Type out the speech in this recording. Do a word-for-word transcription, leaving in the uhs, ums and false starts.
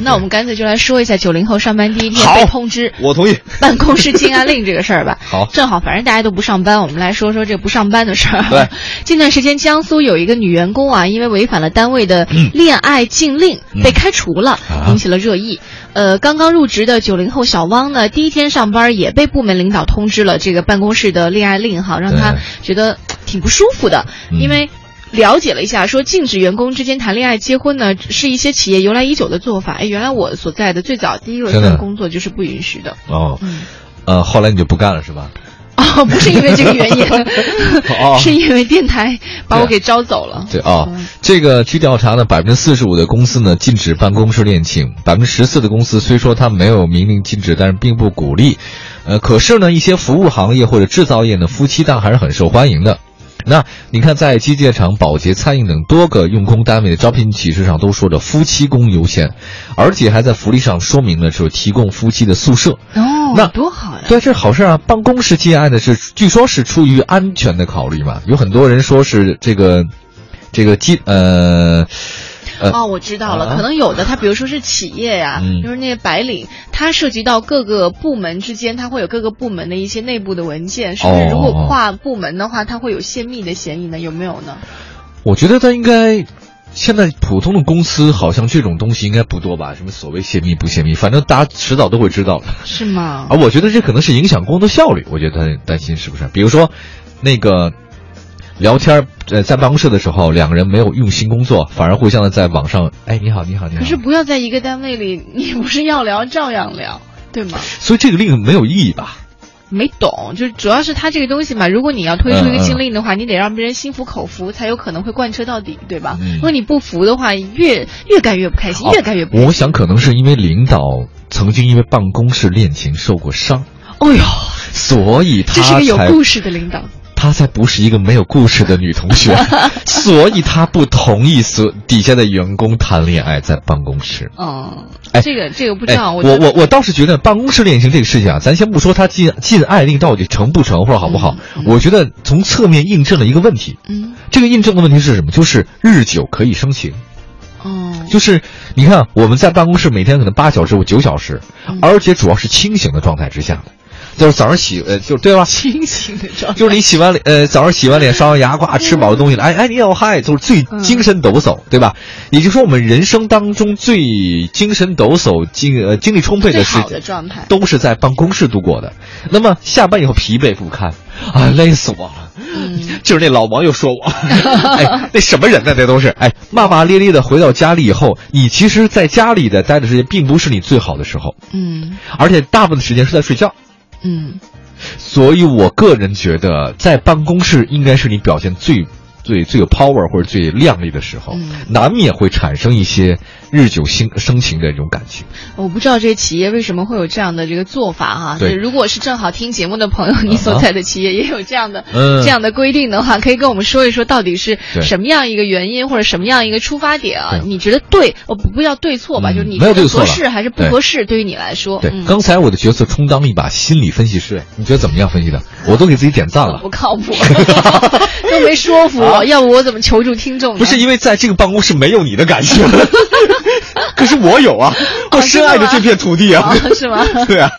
那我们干脆就来说一下九零后上班第一天被通知， 我同意办公室禁爱令这个事儿吧。 好， 正好反正大家都不上班，我们来说说这不上班的事儿。 对， 近段时间江苏有一个女员工啊，因为违反了单位的恋爱禁令、嗯、被开除了， 嗯、 引起了热议。呃，刚刚入职的九零后小汪呢，第一天上班也被部门领导通知了这个办公室的恋爱令哈，让他觉得挺不舒服的， 嗯、 因为。了解了一下，说禁止员工之间谈恋爱、结婚呢，是一些企业由来已久的做法。哎，原来我所在的最早第一个份工作就是不允许的。 哦，嗯、呃，后来你就不干了是吧？ 哦，不是因为这个原因，哦、是因为电台把我给招走了。 对啊、哦嗯，这个据调查呢，百分之四十五的公司呢禁止办公室恋情，百分之十四的公司虽说它没有明令禁止，但是并不鼓励。呃，可是呢，一些服务行业或者制造业呢，夫妻档还是很受欢迎的。那你看，在机械厂、保洁、餐饮等多个用工单位的招聘启事上都说着夫妻工优先，而且还在福利上说明了就是提供夫妻的宿舍。 哦， 那多好呀！ 对，这是好事啊。办公室禁爱的是，据说是出于安全的考虑嘛，有很多人说是这个，这个机呃。 呃、哦，我知道了，啊、可能有的，他比如说是企业呀、啊嗯，就是那些白领，它涉及到各个部门之间，它会有各个部门的一些内部的文件，是不是？如果跨部门的话，它会有泄密的嫌疑呢？有没有呢？ 我觉得它应该，现在普通的公司好像这种东西应该不多吧？什么所谓泄密不泄密，反正大家迟早都会知道的。 是吗？ 而我觉得这可能是影响工作效率，我觉得他担心是不是？比如说，那个。聊天呃，在办公室的时候，两个人没有用心工作，反而互相的在网上，哎，你好，你好，你好。 可是不要在一个单位里，你不是要聊照样聊，对吗？ 所以这个令没有意义吧？ 没懂，就是主要是他这个东西嘛。如果你要推出一个禁令的话，嗯嗯你得让别人心服口服，才有可能会贯彻到底，对吧？嗯、如果你不服的话，越越干越不开心，越干越不开心。 我想可能是因为领导曾经因为办公室恋情受过伤。 哦呦， 所以他这是个有故事的领导。 她才不是一个没有故事的女同学，所以她不同意所底下的员工谈恋爱在办公室。 嗯，哎，这个这个不知道。 哎、我我我倒是觉得办公室恋情这个事情啊，咱先不说它禁禁爱令到底成不成或者好不好、嗯嗯，我觉得从侧面印证了一个问题。嗯，这个印证的问题是什么？就是日久可以生情。 哦， 就是你看我们在办公室每天可能八小时或九小时、嗯，而且主要是清醒的状态之下的。就是早上洗呃，就对吧？ 清醒的状态， 就是你洗完脸呃，早上洗完脸、刷完牙、挂吃饱的东西了，哎哎，你好嗨，就是最精神抖擞，嗯、对吧？也就是说，我们人生当中最精神抖擞、精呃精力充沛的时间状态， 都是在办公室度过的。那么下班以后疲惫不堪，啊，累死我了。嗯，就是那老王又说我，哎，那什么人呢？那都是哎，骂骂咧咧的回到家里以后，你其实在家里的待的时间并不是你最好的时候， 嗯， 而且大部分时间是在睡觉。 嗯， 所以我个人觉得，在办公室应该是你表现最、最、最有 power 或者最亮丽的时候，嗯、难免会产生一些日久生生情的这种感情。 我不知道这些企业为什么会有这样的这个做法哈。 对， 如果是正好听节目的朋友，你所在的企业也有这样的、 啊、 这样的规定的话，可以跟我们说一说，到底是什么样一个原因或者什么样一个出发点啊？你觉得对？哦，不不要对错吧，嗯、就是你觉得合适还是不合适？对于你来说， 对、 嗯， 刚才我的角色充当了一把心理分析师，你觉得怎么样分析的？我都给自己点赞了， 不靠谱，都没说服我、啊，要不我怎么求助听众呢？ 不是因为在这个办公室没有你的感觉，可是我有啊，我深爱着这片土地啊， 哦、是吗？ 对啊。